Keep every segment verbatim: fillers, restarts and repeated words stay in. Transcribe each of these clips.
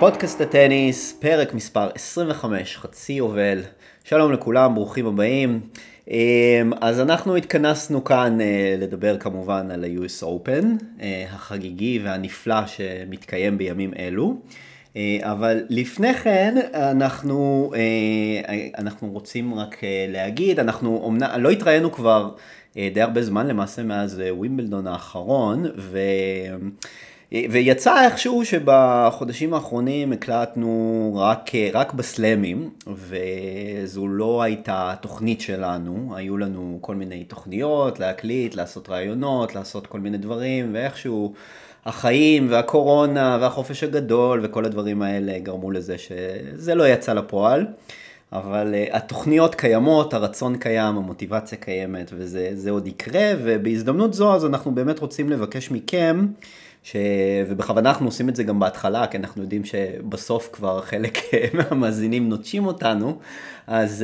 פודקאסט הטניס, פרק מספר עשרים וחמש, חצי יובל. שלום לכולם, ברוכים הבאים. אז אנחנו התכנסנו כאן לדבר כמובן על ה-יו אס Open, החגיגי והנפלא שמתקיים בימים אלו. אבל לפני כן אנחנו, אנחנו רוצים רק להגיד, אנחנו אומנם, לא התראינו כבר די הרבה זמן למעשה מאז ווימבלדון האחרון, ו... ויצא איכשהו שבחודשים האחרונים הקלטנו רק, רק בסלמים, וזו לא הייתה תוכנית שלנו, היו לנו כל מיני תוכניות להקליט, לעשות רעיונות, לעשות כל מיני דברים, ואיכשהו החיים והקורונה והחופש הגדול וכל הדברים האלה גרמו לזה שזה לא יצא לפועל, אבל התוכניות קיימות, הרצון קיים, המוטיבציה קיימת, וזה זה עוד יקרה, ובהזדמנות זו אז אנחנו באמת רוצים לבקש מכם, ש... ובכוונה אנחנו עושים את זה גם בהתחלה, כי אנחנו יודעים שבסוף כבר חלק מהמאזינים נוטשים אותנו, אז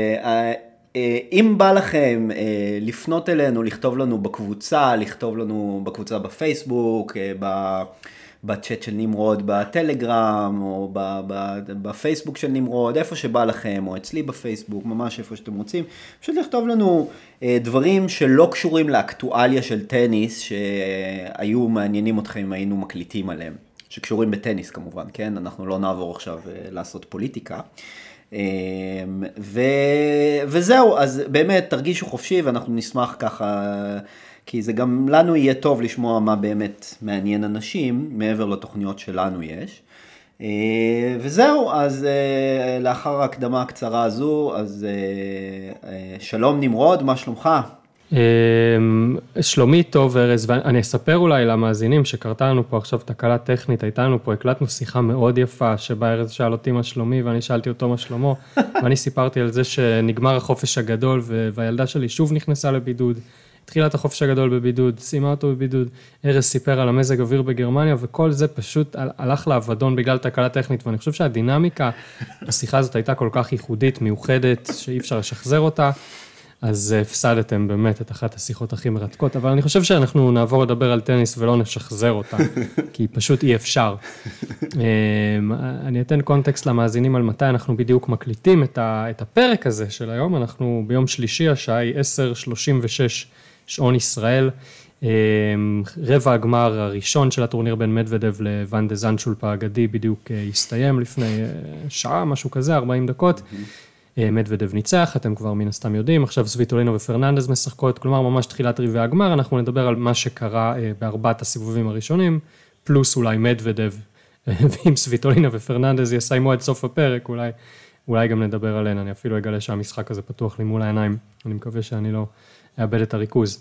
אם בא לכם לפנות אלינו, לכתוב לנו בקבוצה, לכתוב לנו בקבוצה בפייסבוק, בצ'אט של נמרוד, בטלגרם, או בפייסבוק של נמרוד, איפה שבא לכם, או אצלי בפייסבוק, ממש איפה שאתם רוצים, פשוט לכתוב לנו דברים שלא קשורים לאקטואליה של טניס, שהיו מעניינים אתכם אם היינו מקליטים עליהם, שקשורים בטניס כמובן, כן? אנחנו לא נעבור עכשיו לעשות פוליטיקה. ו... וזהו, אז באמת תרגישו חופשי, ואנחנו נשמח ככה, כי זה גם לנו יהיה טוב לשמוע מה באמת מעניין אנשים, מעבר לתוכניות שלנו יש. וזהו, אז לאחר ההקדמה הקצרה הזו, אז שלום נמרוד, מה שלומך? שלומי טוב ארז, ואני אספר אולי למאזינים שקרתה לנו פה עכשיו תקלה טכנית, הייתה לנו פה, הקלטנו שיחה מאוד יפה, שבה ארז שאל אותי מה שלומי, ואני שאלתי אותו מה שלמה, ואני סיפרתי על זה שנגמר החופש הגדול, והילדה שלי שוב נכנסה לבידוד, התחילה את החופש הגדול בבידוד, סיימה אותו בבידוד, ארז סיפר על המזג אוויר בגרמניה, וכל זה פשוט הלך לאבדון בגלל תקלה טכנית, ואני חושב שהדינמיקה בשיחה הזאת הייתה כל כך ייחודית, מיוחדת, שאי אפשר לשחזר אותה, אז הפסדתם באמת את אחת השיחות הכי מרתקות, אבל אני חושב שאנחנו נעבור לדבר על טניס ולא נשחזר אותה, כי פשוט אי אפשר. אני אתן קונטקסט למאזינים על מתי אנחנו בדיוק מקליטים את הפרק הזה של היום, אנחנו ביום שלישי, השעה היא עשר שלושים ושש שעון ישראל, רבע הגמר הראשון של הטורניר בין מדוודב לוואן דה זנצ'ולפ האגדי בדיוק הסתיים לפני שעה, משהו כזה, ארבעים דקות, מדוודב ניצח, אתם כבר מן הסתם יודעים, עכשיו סוויטולינה ופרננדז משחקות, כלומר ממש תחילת רבעי הגמר, אנחנו נדבר על מה שקרה בארבעת הסיבובים הראשונים, פלוס אולי מדוודב, ואם סוויטולינה ופרננדז יסיימו את סוף הפרק, אולי, אולי גם נדבר עליהן, אני אפילו אגלה שהמשחק הזה פתוח לי מול העיניים, אני מקווה שאני לא אאבד את הריכוז.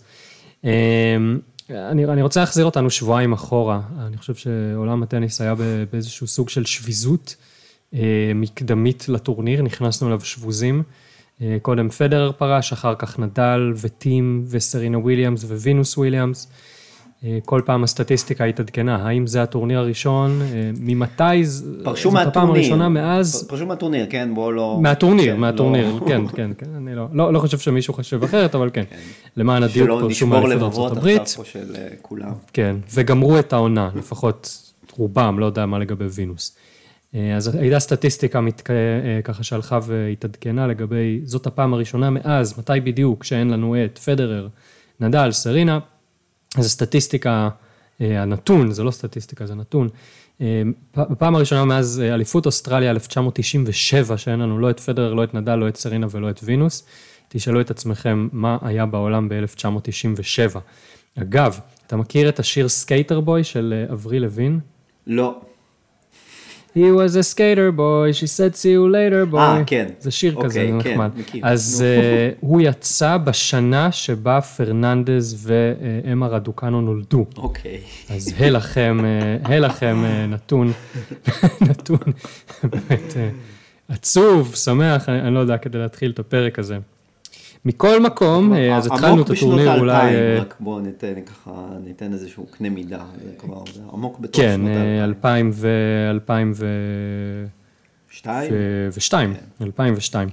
אני, אני רוצה להחזיר אותנו שבועיים אחורה, אני חושב שעולם הטניס היה באיזשהו סוג של שביזות, מקדמית לטורניר, נכנסנו אליו שבוזים, קודם פדרר פרש, אחר כך נדל וטים וסרינה וויליאמס ווינוס וויליאמס, כל פעם הסטטיסטיקה התעדכנה, האם זה הטורניר הראשון, ממתי, פרשו זאת הפעם הראשונה מאז, פרשו מהטורניר, כן, בואו לא, מהטורניר, מהטורניר, כן, כן, כן, אני לא, לא, לא חושב שמישהו חושב אחרת, אבל כן, למען הדיוק פרשו מאליפות ארצות הברית, כן, וגמרו את העונה, לפחות רובם, לא יודע מה לגבי וינוס. אז הייתה סטטיסטיקה מתק... ככה שהלכה והתעדכנה לגבי, זאת הפעם הראשונה מאז, מתי בדיוק, שאין לנו את פדרר, נדל, סרינה, אז הסטטיסטיקה, הנתון, זה לא סטטיסטיקה, זה נתון, בפעם הראשונה מאז אליפות אוסטרליה אלף תשע מאות תשעים ושבע, שאין לנו לא את פדרר, לא את נדל, לא את סרינה ולא את וינוס, תשאלו את עצמכם מה היה בעולם ב-אלף תשע מאות תשעים ושבע. אגב, אתה מכיר את השיר סקייטר בוי של אברי לוין? לא. He was a skater boy, she said see you later boy. אה, כן. זה שיר אוקיי, כזה, כן, נחמד. מכיר. אז uh, הוא יצא בשנה שבה פרננדז ואמה רדוקנו נולדו. אוקיי. אז הלכם, הלכם נתון, נתון באמת עצוב, שמח, אני, אני לא יודע כדי להתחיל את הפרק הזה. מכל מקום, אז התחלנו את הטורניר אולי... עמוק בשנות האלפיים, רק בואו ניתן ככה, ניתן איזשהו קנה מידה, זה כבר עמוק בתוך כן, שנות האלפיים. אלפיים ו... אלפיים ו... שתיים? ושתיים, אלפיים ושתיים.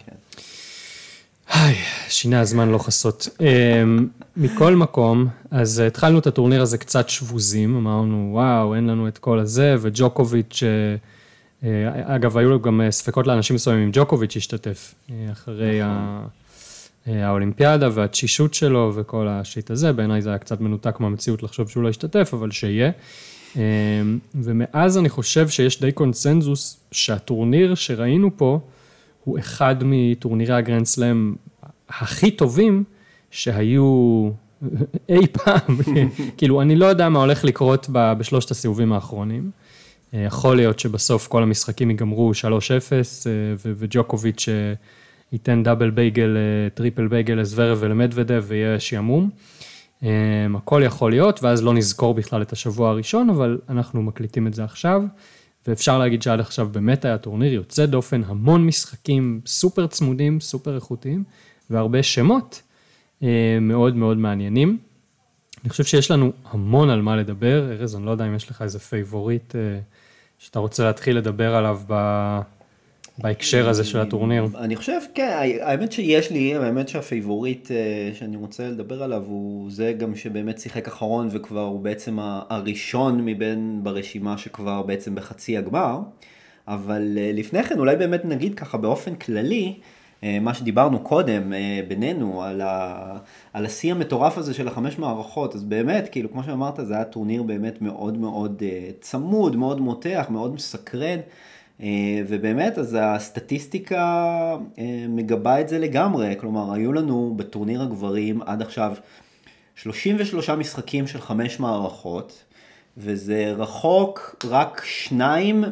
היי, שיני הזמן לא חסות. מכל מקום, אז התחלנו את הטורניר הזה קצת שבוזים, אמרנו, וואו, אין לנו את כל הזה, וג'וקוביץ' אגב, היו לו גם ספקות לאנשים מסוימים, ג'וקוביץ' השתתף, אחרי האולימפיאדה והתשישות שלו וכל השיט הזה, בעיניי זה היה קצת מנותק מהמציאות לחשוב שהוא לא השתתף, אבל שיהיה. ומאז אני חושב שיש די קונסנזוס שהטורניר שראינו פה, הוא אחד מטורנירי הגרנד סלאם הכי טובים שהיו אי פעם. כאילו, אני לא יודע מה הולך לקרות בשלושת הסיבובים האחרונים. יכול להיות שבסוף כל המשחקים ייגמרו שלוש אפס, וג'וקוביץ' ייתן דאבל בייגל, טריפל בייגל לזוורב ולמדוודב, ויהיה שיעמום. הכל יכול להיות, ואז לא נזכור בכלל את השבוע הראשון, אבל אנחנו מקליטים את זה עכשיו, ואפשר להגיד שעד עכשיו באמת היה טורניר יוצא דופן, המון משחקים סופר צמודים, סופר איכותיים, והרבה שמות מאוד מאוד מעניינים. אני חושב שיש לנו המון על מה לדבר. ארז, אני לא יודע אם יש לך איזה פייבוריט שאתה רוצה להתחיל לדבר עליו בהקשר הזה של הטורניר. אני חושב, כן, האמת שיש לי, האמת שהפייבוריט שאני רוצה לדבר עליו הוא זה גם שבאמת שיחק אחרון וכבר הוא בעצם הראשון מבין ברשימה שכבר בעצם בחצי הגמר. אבל לפני כן אולי באמת נגיד ככה באופן כללי, מה שדיברנו קודם בינינו על ה... על השיא המטורף הזה של החמש מערכות, אז באמת, כאילו, כמו שאמרת, זה היה טורניר באמת מאוד מאוד צמוד, מאוד מותח, מאוד מסקרן, ובאמת, אז הסטטיסטיקה מגבה את זה לגמרי, כלומר, היו לנו בטורניר הגברים עד עכשיו שלושים ושלושה משחקים של חמש מערכות, וזה רחוק רק שניים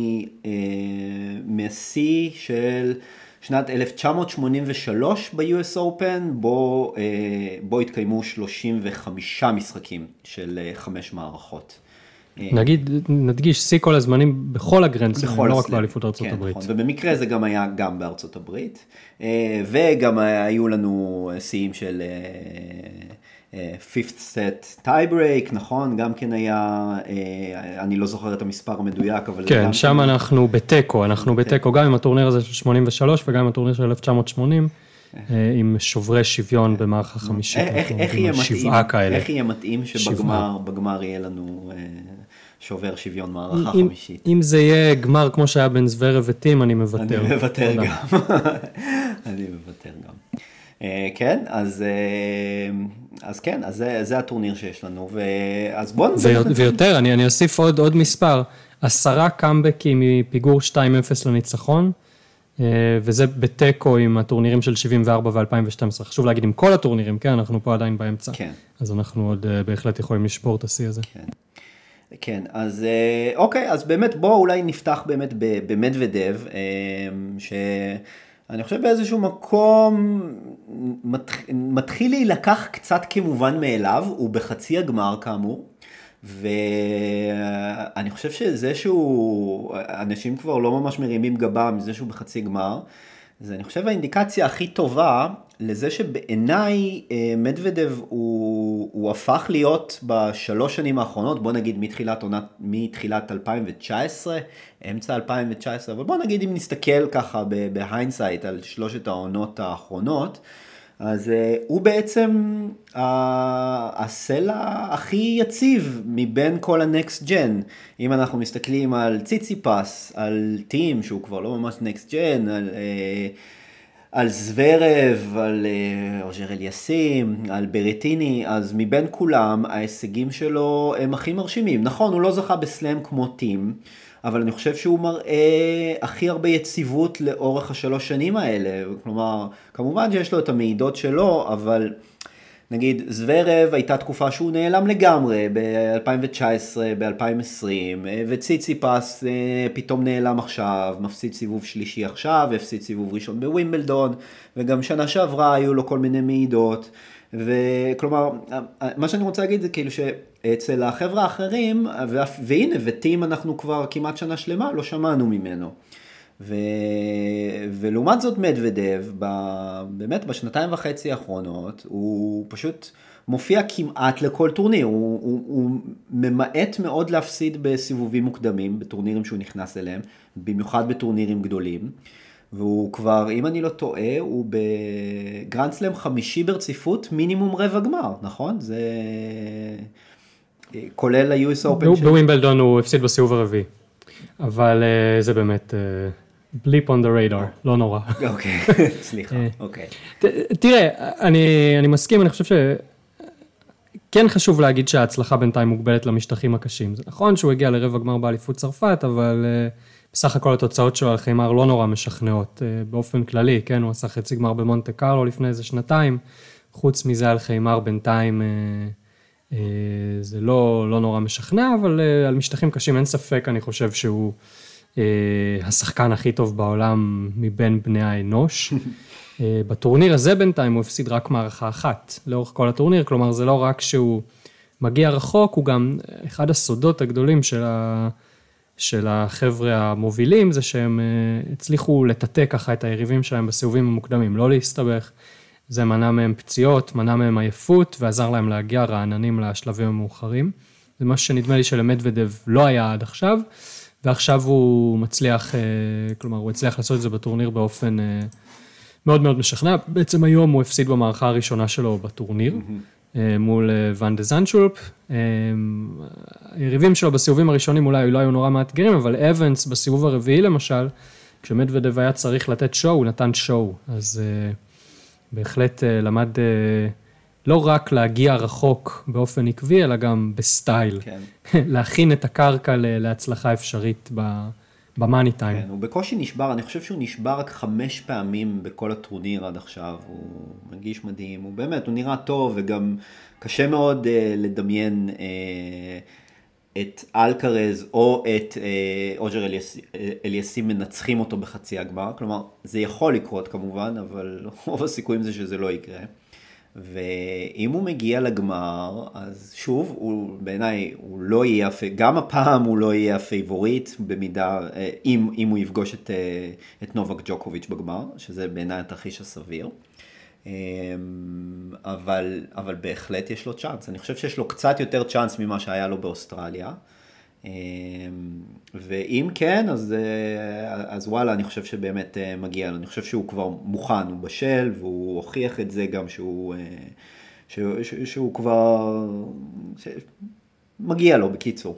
מהשיא של שנת אלף תשע מאות שמונים ושלוש ב-יו אס Open, בו, בו התקיימו שלושים וחמישה משחקים של חמש מערכות. נגיד, נדגיש, שיא כל הזמנים בכל הגרנדסלאם, לא רק באליפות ארצות כן, הברית. נכון, ובמקרה זה גם היה גם בארצות הברית, וגם היו לנו שיאים של fifth set tie break, נכון? גם כן היה, אני לא זוכר את המספר המדויק, אבל... כן, שם כן... אנחנו בטקו, אנחנו בטקו, גם עם הטורניר הזה של שמונים ושלוש, וגם עם הטורניר של אלף תשע מאות שמונים, עם שוברי שוויון במערכה חמישית. איך יהיה מתאים שבגמר יהיה לנו שובר שוויון מערכה חמישית? אם זה יהיה גמר כמו שהיה בין זוורב וטים, אני מוותר. אני מוותר גם. אני מוותר גם. כן, אז, אז כן, אז זה, זה הטורניר שיש לנו, ואז בואו... ויותר, אני, אני אוסיף עוד, עוד מספר, עשרה קאמבקים מפיגור שתיים אפס לניצחון, וזה בטקו עם הטורנירים של שבעים וארבע ו-אלפיים ושתים עשרה, חשוב להגיד עם כל הטורנירים, כן, אנחנו פה עדיין באמצע, כן. אז אנחנו עוד בהחלט יכולים לשבור את השיא הזה. כן. כן, אז אוקיי, אז באמת בואו אולי נפתח באמת במדוודב, ש... אני חושב באיזשהו מקום מתחיל להילקח קצת כמובן מאליו, הוא בחצי הגמר כאמור, ואני חושב שזה שהוא, אנשים כבר לא ממש מרימים גבה מזה שהוא בחצי גמר, זה אני חושב האינדיקציה הכי טובה לזה שבעיניי מדוודב הוא, הוא הפך להיות בשלוש שנים האחרונות, בוא נגיד מתחילת, עונת, מתחילת אלפיים תשע עשרה, אמצע אלפיים תשע עשרה, אבל בוא נגיד אם נסתכל ככה בהיינסייט על שלושת העונות האחרונות, אז הוא בעצם הסלע הכי יציב מבין כל הנקסט ג'ן. אם אנחנו מסתכלים על ציציפס, על טים שהוא כבר לא ממש נקסט ג'ן, על, על זוורב, על אוג'ר אליאסים, על בריטיני, אז מבין כולם ההישגים שלו הם הכי מרשימים. נכון, הוא לא זכה בסלאם כמו טים, אבל אני חושב שהוא מראה הכי הרבה יציבות לאורך השלוש שנים האלה. כלומר, כמובן שיש לו את המעידות שלו, אבל נגיד זוורב הייתה תקופה שהוא נעלם לגמרי ב-אלפיים תשע עשרה, ב-אלפיים עשרים, וציציפס פתאום נעלם עכשיו, מפסיד סיבוב שלישי עכשיו, הפסיד סיבוב ראשון בווימבלדון, וגם שנה שעברה היו לו כל מיני מעידות. וכלומר, מה שאני רוצה להגיד זה כאילו שאצל החבר'ה האחרים, והנה, וטים אנחנו כבר כמעט שנה שלמה, לא שמענו ממנו. ו... ולעומת זאת מדוודב, ב... באמת בשנתיים וחצי האחרונות, הוא פשוט מופיע כמעט לכל טורניר, הוא, הוא, הוא ממעט מאוד להפסיד בסיבובים מוקדמים, בטורנירים שהוא נכנס אליהם, במיוחד בטורנירים גדולים. והוא כבר, אם אני לא טועה, הוא בגרנד סלאם חמישי ברציפות, מינימום רבע גמר, נכון? זה כולל ה-יו אס Open. בווימבלדון הוא הפסיד בסיבוב הרביעי. אבל זה באמת בליפ on the radar, לא נורא. אוקיי, סליחה, אוקיי. תראה, אני מסכים, אני חושב ש... כן חשוב להגיד שההצלחה בינתיים מוגבלת למשטחים הקשים. זה נכון שהוא הגיע לרבע גמר באליפות צרפת, אבל בסך הכל התוצאות שלו על חיימר לא נורא משכנעות באופן כללי, כן? הוא עשה חצי גמר במונטה קרלו לפני איזה שנתיים, חוץ מזה על חיימר בינתיים זה לא, לא נורא משכנע, אבל על משטחים קשים אין ספק, אני חושב שהוא השחקן הכי טוב בעולם מבין בני האנוש. בטורניר הזה בינתיים הוא הפסיד רק מערכה אחת, לאורך כל הטורניר, כלומר זה לא רק שהוא מגיע רחוק, הוא גם אחד הסודות הגדולים של, ה... של החבר'ה המובילים, זה שהם הצליחו לטאטא ככה את היריבים שלהם בסיבובים המוקדמים, לא להסתבך, זה מנע מהם פציעות, מנע מהם עייפות, ועזר להם להגיע רעננים לשלבים המאוחרים, זה משהו שנדמה לי שלמדוודב לא היה עד עכשיו, ועכשיו הוא מצליח, כלומר הוא הצליח לעשות את זה בטורניר באופן מאוד מאוד משכנע, בעצם היום הוא הפסיד במערכה הראשונה שלו בטורניר, מול ואן דה זנדשולפ, היריבים שלו בסיבובים הראשונים אולי לא היו נורא מאתגרים, אבל אבנס בסיבוב הרביעי למשל, כשמדוודב היה צריך לתת שואו, הוא נתן שואו, אז בהחלט למד לא רק להגיע רחוק באופן עקבי, אלא גם בסטייל, כן. להכין את הקרקע להצלחה אפשרית במאני טיים. כן, הוא בקושי נשבר, אני חושב שהוא נשבר רק חמש פעמים בכל הטורניר עד עכשיו, הוא מגיש מדהים, הוא באמת, הוא נראה טוב, וגם קשה מאוד uh, לדמיין uh, את אלקרז או את uh, אוג'ר אליאסים מנצחים אותו בחצי הגמר, כלומר, זה יכול לקרות כמובן, אבל רוב הסיכויים זה שזה לא יקרה. ואם הוא מגיע לגמר, אז שוב, הוא, בעיניי, הוא לא יהיה, גם הפעם הוא לא יהיה הפייבוריט, במידה, אם, אם הוא יפגוש את, את נובק ג'וקוביץ' בגמר, שזה בעיניי התרחיש הסביר. אבל, אבל בהחלט יש לו צ'אנס. אני חושב שיש לו קצת יותר צ'אנס ממה שהיה לו באוסטרליה. ואם כן, אז, אז וואלה, אני חושב שבאמת מגיע לו. אני חושב שהוא כבר מוכן, הוא בשל, והוא הוכיח את זה גם שהוא, שהוא, שהוא כבר, מגיע לו בקיצור.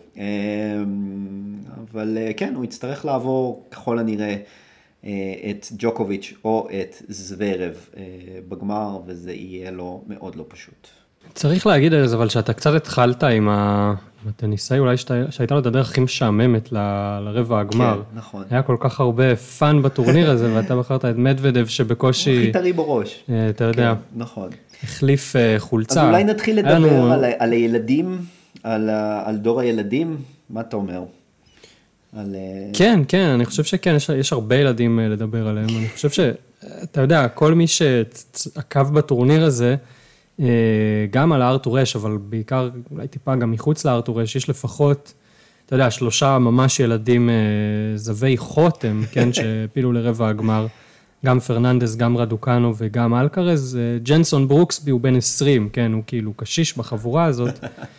אבל כן, הוא יצטרך לעבור ככל הנראה את ג'וקוביץ' או את זוורב בגמר, וזה יהיה לו מאוד לא פשוט. צריך להגיד על זה, אבל שאתה קצת התחלת עם הטניסאי, אולי שהייתה לו את הדרך הכי משעממת לרבע הגמר. כן, נכון. היה כל כך הרבה פאן בטורניר הזה, ואתה בחרת את מדוודב שבקושי... הוא חיטה לי בראש. אתה יודע. כן, נכון. החליף חולצה. אז אולי נתחיל לדבר על, על הילדים, על, על דור הילדים, מה אתה אומר? על... כן, כן, אני חושב שכן, יש, יש הרבה ילדים לדבר עליהם. אני חושב שאתה יודע, כל מי שעקב בטורניר הזה, גם על הארתור אש, אבל בעיקר אולי טיפה גם מחוץ לארתור אש, יש לפחות, אתה יודע, שלושה ממש ילדים זווי חותם, כן, שהפילו לרבע הגמר, גם פרננדס, גם רדוקנו וגם אלקרז. ג'נסון ברוקסבי הוא בן עשרים, כן, הוא כאילו קשיש בחבורה הזאת,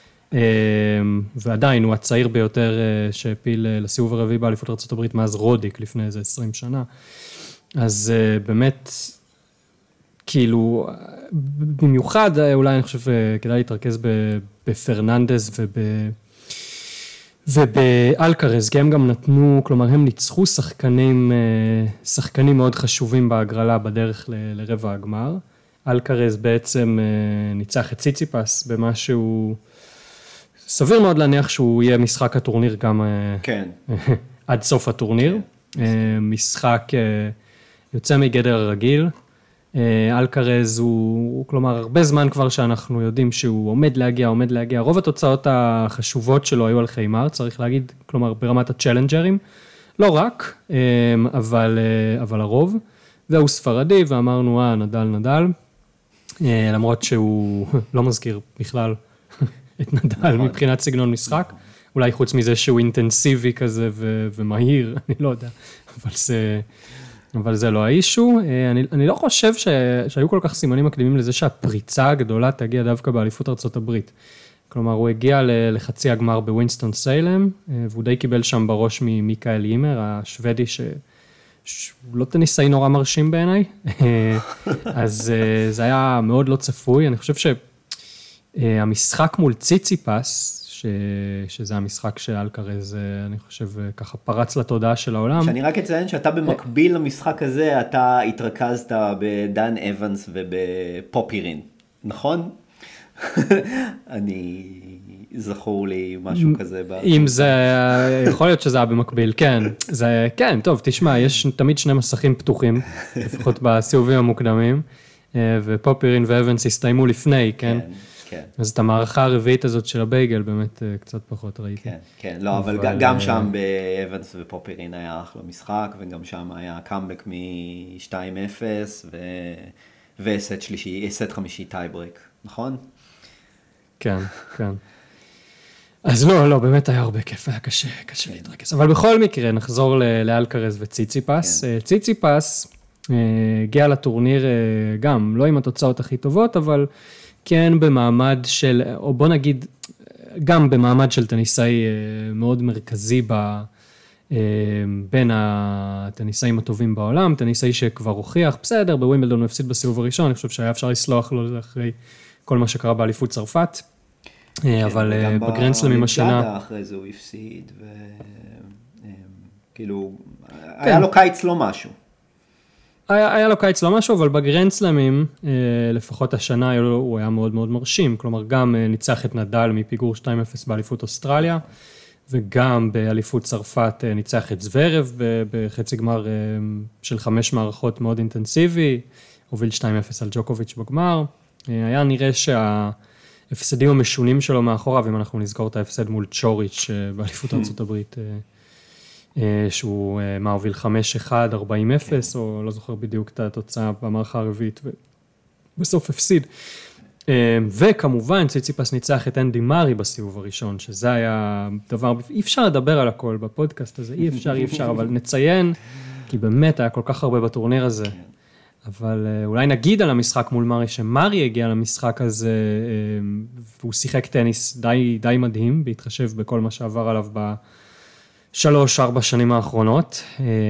ועדיין הוא הצעיר ביותר שהפיל לסיבוב הרביעי באליפות ארצות הברית מאז רודיק לפני איזה עשרים שנה. אז באמת, כאילו, במיוחד אולי אני חושב כדאי להתרכז בפרננדס וב... ובאלקרז, כי הם גם נתנו, כלומר הם ניצחו שחקנים, שחקנים מאוד חשובים בהגרלה בדרך ל- לרבע הגמר. אלקרז בעצם ניצח את ציציפס במשהו, סביר מאוד להניח שהוא יהיה משחק הטורניר גם כן. עד סוף הטורניר. כן. משחק יוצא מגדר הרגיל. אלקרז הוא, כלומר, הרבה זמן כבר שאנחנו יודעים שהוא עומד להגיע, עומד להגיע. רוב התוצאות החשובות שלו היו על חיימר, צריך להגיד, כלומר, ברמת הצ'לנג'רים. לא רק, אבל, אבל הרוב. והוא ספרדי, ואמרנו, אה, נדל, נדל. למרות שהוא לא מזכיר בכלל את נדל מבחינת סגנון משחק. אולי חוץ מזה שהוא אינטנסיבי כזה ו- ומהיר, אני לא יודע. אבל זה... אבל זה לא האישו. אני, אני לא חושב ש, שהיו כל כך סימנים מקדימים לזה שהפריצה הגדולה תגיע דווקא באליפות ארצות הברית. כלומר, הוא הגיע לחצי הגמר בווינסטון סיילם, והוא די קיבל שם בראש ממיקאל יימר, השוודי ש... שהוא לא טניסאי נורא מרשים בעיניי. אז זה היה מאוד לא צפוי. אני חושב שהמשחק מול ציציפס, ש... שזה המשחק שאלקרז, אני חושב, ככה פרץ לתודעה של העולם. שאני רק אציין שאתה במקביל למשחק הזה, אתה התרכזת בדן אבנס ובפופירין, נכון? אני זכור לי משהו כזה. אם זה, יכול להיות שזה היה במקביל, כן. זה, כן, טוב, תשמע, יש תמיד שני מסכים פתוחים, לפחות בסיבובים המוקדמים, ופופירין ואבנס הסתיימו לפני, כן? כן. אז את המערכה הרביעית הזאת של הבייגל, באמת קצת פחות ראיתי. כן, כן, לא, אבל גם שם באבנס ופופירין היה אחלה משחק, וגם שם היה קאמבק מ-שתיים אפס, וסט שלישי, סט חמישי טייברק, נכון? כן, כן. אז לא, לא, באמת היה הרבה כיף, היה קשה, קשה להתרכז. אבל בכל מקרה, נחזור לאלקרז וציציפס. ציציפס הגיע לטורניר גם, לא עם התוצאות הכי טובות, אבל כן במעמד של, או בוא נגיד, גם במעמד של טניסאי מאוד מרכזי ב, בין הטניסאים הטובים בעולם, טניסאי שכבר הוכיח, בסדר, בווימבלדון הוא הפסיד בסיבוב הראשון, אני חושב שהיה אפשר לסלוח לו אחרי כל מה שקרה באליפות צרפת, אבל בגרנדסלמים השנה... גם אחרי זה הוא הפסיד, וכאילו, היה לו קיץ לא משהו. היה, היה לו קיץ לא משהו, אבל בגרנדסלמים, לפחות השנה הוא היה מאוד מאוד מרשים, כלומר גם ניצח את נדל מפיגור שתיים אפס באליפות אוסטרליה, וגם באליפות צרפת ניצח את זוורב בחצי גמר של חמש מערכות מאוד אינטנסיבי, הוביל שתיים אפס על ג'וקוביץ' בגמר. היה נראה שההפסדים המשונים שלו מאחוריו, אם אנחנו נזכור את ההפסד מול צ'וריץ' באליפות ארצות הברית, שהוא מה הוביל חמש אחד, ארבעים אפס, או לא זוכר בדיוק את התוצאה במערכה הרביעית, ובסוף הפסיד. וכמובן, ציציפס ניצח את אנדי מארי בסיבוב הראשון, שזה היה דבר, אי אפשר לדבר על הכל בפודקאסט הזה, אי אפשר, אי אפשר, אבל נציין, כי באמת היה כל כך הרבה בטורניר הזה, אבל אולי נגיד על המשחק מול מארי, שמארי הגיע למשחק הזה, והוא שיחק טניס די, די מדהים, בהתחשב בכל מה שעבר עליו בשלוש, ארבע שנים האחרונות,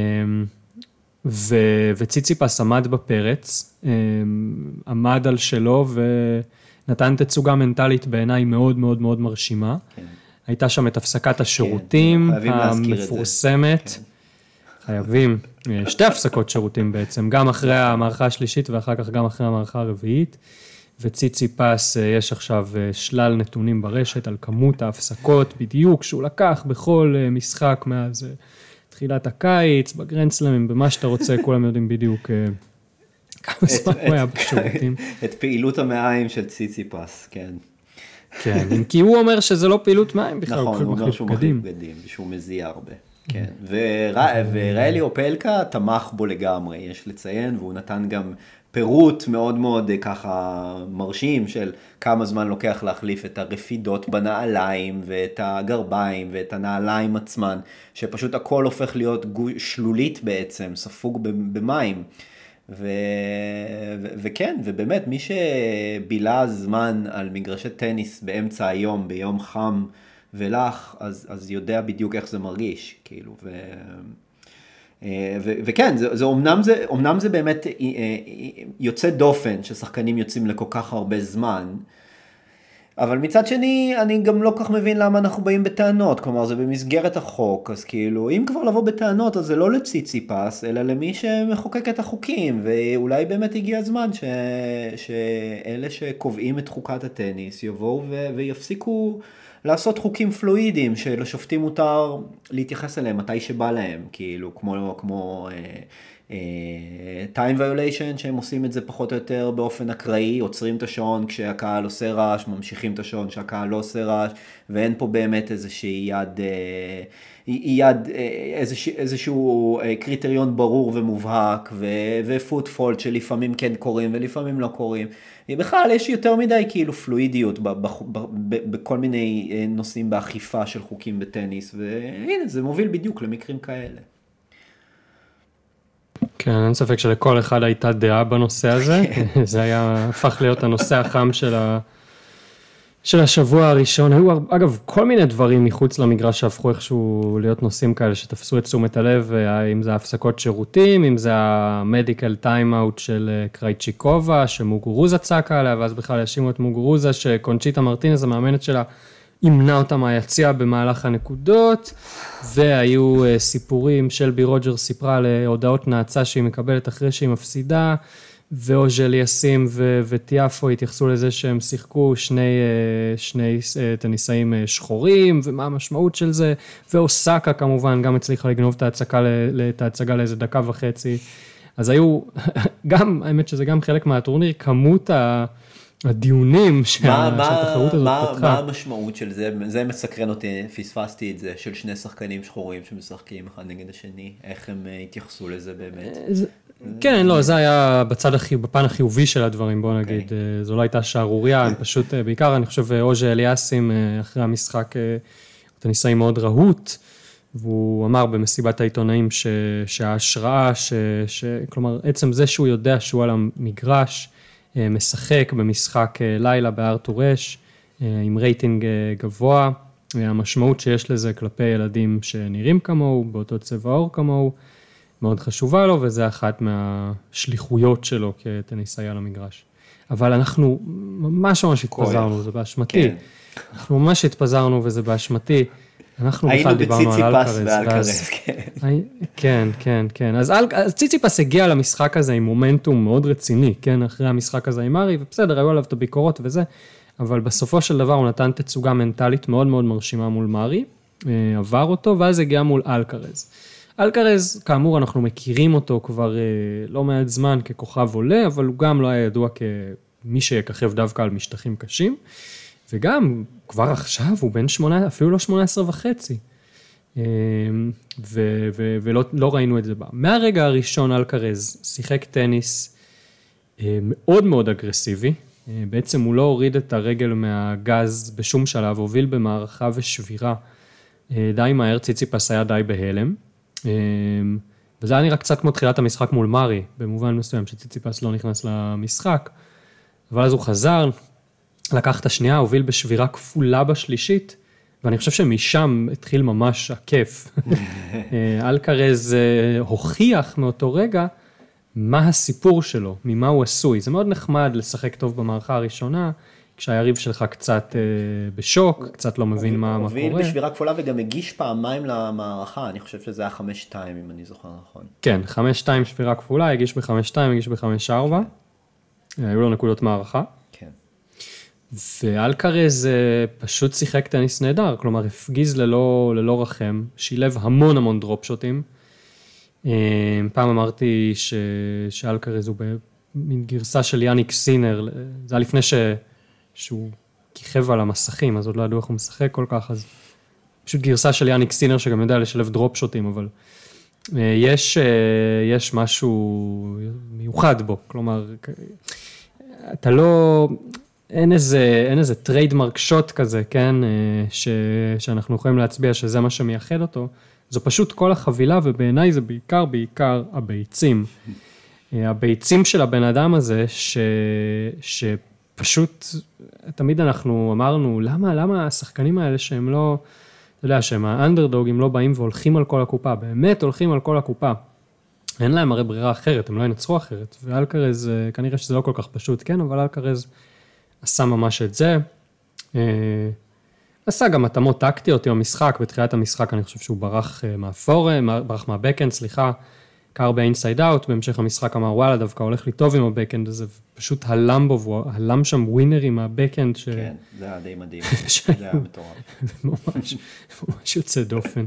ו, וציציפס עמד בפרץ, עמד על שלו, ונתן תצוגה מנטלית בעיניי מאוד מאוד מאוד מרשימה. כן. הייתה שם את הפסקת השירותים כן, המפורסמת. כן. חייבים, שתי הפסקות שירותים בעצם, גם אחרי המערכה השלישית ואחר כך גם אחרי המערכה הרביעית, וציציפס יש עכשיו שלל נתונים ברשת על כמות ההפסקות בדיוק שהוא לקח בכל משחק מאז תחילת הקיץ, בגרנדסלמים, במה שאתה רוצה, כולם יודעים בדיוק כמה זמן הוא היה בשירותים. את פעילות המעיים של ציציפס, כן. כן, כי הוא אומר שזה לא פעילות מים בכלל, נכון, הוא אומר שהוא מחליף בגדים, ושהוא מזיע הרבה. כן, וראלי אופלקה תמך בו לגמרי, יש לציין, והוא נתן גם פירוט מאוד מאוד ככה מרשים של כמה זמן לוקח להחליף את הרפידות בנעליים ואת הגרביים ואת הנעליים עצמן, שפשוט הכל הופך להיות שלולית בעצם, ספוג במים. ו... ו... וכן, ובאמת מי שבילה זמן על מגרשי טניס באמצע היום, ביום חם ולח, אז, אז יודע בדיוק איך זה מרגיש, כאילו, ו... ו... וכן, זה, זה, אומנם זה, אומנם זה באמת יוצא דופן ששחקנים יוצאים לכל כך הרבה זמן, אבל מצד שני, אני גם לא כך מבין למה אנחנו באים בטענות, כלומר, זה במסגרת החוק, אז כאילו, אם כבר לבוא בטענות, אז זה לא לציציפס, אלא למי שמחוקק את החוקים, ואולי באמת הגיע הזמן ש... שאלה שקובעים את חוקת הטניס יבואו ו... ויפסיקו לעשות חוקים פלואידיים, שלשופטים מותר להתייחס אליהם מתי שבא להם, כאילו, כמו... כמו time violation, שהם עושים את זה פחות או יותר באופן אקראי, עוצרים את השעון כשהקהל עושה רעש, ממשיכים את השעון כשהקהל לא עושה רעש, ואין פה באמת איזושהי יד, יד איזשהו, איזשהו קריטריון ברור ומובהק, ופוטפולט שלפעמים כן קוראים ולפעמים לא קוראים. בכלל יש יותר מדי כאילו פלואידיות בכל מיני נושאים באכיפה של חוקים בטניס, והנה זה מוביל בדיוק למקרים כאלה. כן, אין ספק שלכל אחד הייתה דעה בנושא הזה, זה היה, הפך להיות הנושא החם של, ה, של השבוע הראשון, היו אגב כל מיני דברים מחוץ למגרש שהפכו איכשהו להיות נושאים כאלה שתפסו את תשומת הלב, אם זה הפסקות שירותים, אם זה המדיקל טיים-אוט של קרייצ'יקובה, שמוגורוזה צעקה עליה, ואז בכלל האשימו את מוגורוזה, שקונצ'יטה מרטינז המאמנת שלה, אימנה אותה מהיציאה במהלך הנקודות, והיו סיפורים, שלבי רוג'ר סיפרה להודעות נאצה שהיא מקבלת אחרי שהיא מפסידה, ואוז'ה אליאסים וטיאפו התייחסו לזה שהם שיחקו שני, שני טניסאים שחורים, ומה המשמעות של זה, ואוסקה כמובן גם הצליחה לגנוב את ההצגה, את ההצגה לאיזה דקה וחצי, אז היו, גם, האמת שזה גם חלק מהטורניר, כמות הדיונים שהתחרות הזאת פתחה. מה המשמעות של זה? זה מסקרן אותי, פספסתי את זה, של שני שחקנים שחורים שמשחקים אחד נגד השני, איך הם התייחסו לזה באמת? כן, לא, זה היה בצד הכי, בפן החיובי של הדברים, בוא נגיד, זו לא הייתה שערוריה, פשוט בעיקר, אני חושב, אוז'ה אליאסים, אחרי המשחק, טניסאי מאוד רהוט, והוא אמר במסיבת העיתונאים ש, שההשראה, ש, ש, כלומר, עצם זה שהוא יודע שהוא על המגרש, משחק במשחק לילה בארתור אש, עם רייטינג גבוה, המשמעות שיש לזה כלפי ילדים שנראים כמוהו, באותו צבע עור כמוהו, מאוד חשובה לו, וזה אחת מהשליחויות שלו כטניסאי על המגרש. אבל אנחנו ממש ממש התפזרנו, זה באשמתי. כן. אנחנו ממש התפזרנו וזה באשמתי. אנחנו בכלל דיברנו על אלקרז. היינו בציציפס כן. כן, כן, כן. אז, אל, אז ציציפס הגיע למשחק הזה עם מומנטום מאוד רציני, כן, אחרי המשחק הזה עם ארי, ובסדר, היו עליו את הביקורות וזה, אבל בסופו של דבר הוא נתן תצוגה מנטלית מאוד מאוד מרשימה מול מארי, עבר אותו, ואז הגיע מול אלקרז. אלקרז, כאמור, אנחנו מכירים אותו כבר לא מעט זמן ככוכב עולה, אבל הוא גם לא היה ידוע כמי שיככב דווקא על משטחים קשים, וגם כבר עכשיו הוא בן שמונה, אפילו לא שמונה עשרה וחצי, ו- ו- ולא לא ראינו את זה בה. מהרגע הראשון אלקרז שיחק טניס מאוד מאוד אגרסיבי, בעצם הוא לא הוריד את הרגל מהגז בשום שלב, הוביל במערכה ושבירה, די מהר, ציציפס היה די בהלם, וזה היה נראה קצת כמו תחילת המשחק מול מארי, במובן מסוים שציציפס לא נכנס למשחק, אבל אז הוא חזר, לקח את השנייה, הוביל בשבירה כפולה בשלישית, ואני חושב שמשם התחיל ממש הכיף. אלקרז הוכיח מאותו רגע מה הסיפור שלו, ממה הוא עשוי. זה מאוד נחמד לשחק טוב במערכה הראשונה, כשהיריב שלך קצת בשוק, קצת לא מבין מה קורה. הוביל בשבירה כפולה וגם הגיש פעמיים למערכה, אני חושב שזה היה חמש שתיים, אם אני זוכר נכון. כן, חמש שתיים שבירה כפולה, הגיש ב-חמש שתיים, הגיש ב-חמש ארבע, היו לו נקודות מערכה. כן. ואלקרז פשוט שיחק טניס נהדר, כלומר הפגיז ללא, ללא רחם, שילב המון המון דרופ שוטים. פעם אמרתי ש, שאלקרז הוא במין גרסה של יאניק סינר, זה היה לפני ש, שהוא כיכב על המסכים, אז עוד לא ידעו איך הוא משחק כל כך, אז פשוט גרסה של יאניק סינר שגם יודע לשלב דרופ שוטים, אבל יש, יש משהו מיוחד בו, כלומר, אתה לא... אין איזה, אין איזה טריידמרק שוט כזה, כן, ש, שאנחנו יכולים להצביע שזה מה שמייחד אותו, זו פשוט כל החבילה, ובעיניי זה בעיקר, בעיקר הביצים. הביצים של הבן אדם הזה, ש, שפשוט, תמיד אנחנו אמרנו, למה, למה השחקנים האלה שהם לא, אתה יודע, שהם האנדרדוגים לא באים והולכים על כל הקופה, באמת הולכים על כל הקופה. אין להם הרי ברירה אחרת, הם לא ינצחו אחרת, ואלקרז, כנראה שזה לא כל כך פשוט, כן, אבל אלקרז, עשה ממש את זה, עשה גם התאמות טקטיות עם המשחק, בתחילת המשחק אני חושב שהוא ברח מהפור, ברח מהבקאנד, סליחה, קר באינסייד אאוט, בהמשך המשחק אמר וואלה, דווקא הולך לי טוב עם הבקאנד הזה, פשוט הלם בו, והוא הלם שם ווינרים מהבקאנד. ש... כן, זה היה די מדהים, זה היה מטורף. ממש, ממש יוצא דופן.